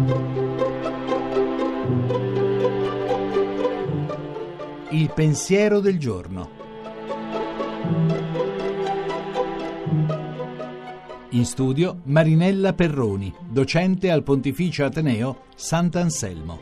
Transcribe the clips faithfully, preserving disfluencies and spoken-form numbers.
Il pensiero del giorno. In studio Marinella Perroni, docente al Pontificio Ateneo Sant'Anselmo.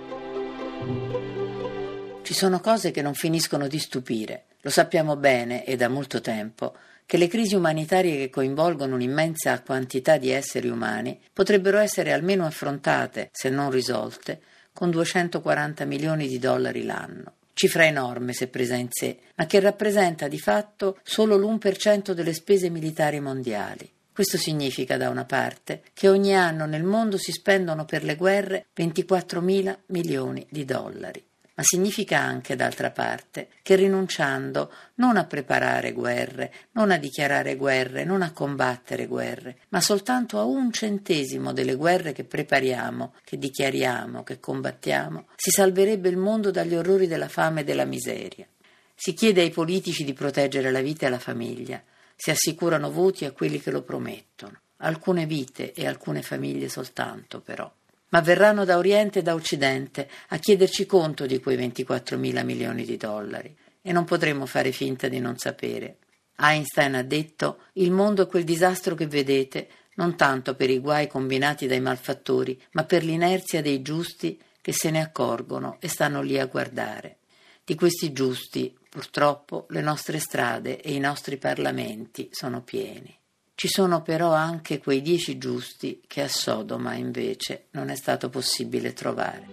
Ci sono cose che non finiscono di stupire. Lo sappiamo bene e da molto tempo che le crisi umanitarie che coinvolgono un'immensa quantità di esseri umani potrebbero essere almeno affrontate, se non risolte, con duecentoquaranta milioni di dollari l'anno. Cifra enorme se presa in sé, ma che rappresenta di fatto solo l'uno per cento delle spese militari mondiali. Questo significa, da una parte, che ogni anno nel mondo si spendono per le guerre ventiquattromila milioni di dollari. Ma significa anche, d'altra parte, che rinunciando non a preparare guerre, non a dichiarare guerre, non a combattere guerre, ma soltanto a un centesimo delle guerre che prepariamo, che dichiariamo, che combattiamo, si salverebbe il mondo dagli orrori della fame e della miseria. Si chiede ai politici di proteggere la vita e la famiglia, si assicurano voti a quelli che lo promettono. Alcune vite e alcune famiglie soltanto, però. Ma verranno da Oriente e da Occidente a chiederci conto di quei ventiquattromila milioni di dollari e non potremo fare finta di non sapere. Einstein ha detto: il mondo è quel disastro che vedete, non tanto per i guai combinati dai malfattori, ma per l'inerzia dei giusti che se ne accorgono e stanno lì a guardare. Di questi giusti, purtroppo, le nostre strade e i nostri parlamenti sono pieni. Ci sono però anche quei dieci giusti che a Sodoma invece non è stato possibile trovare.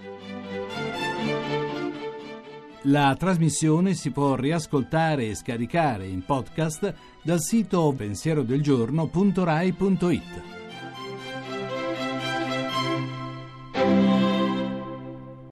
La trasmissione si può riascoltare e scaricare in podcast dal sito pensierodelgiorno punto rai punto it.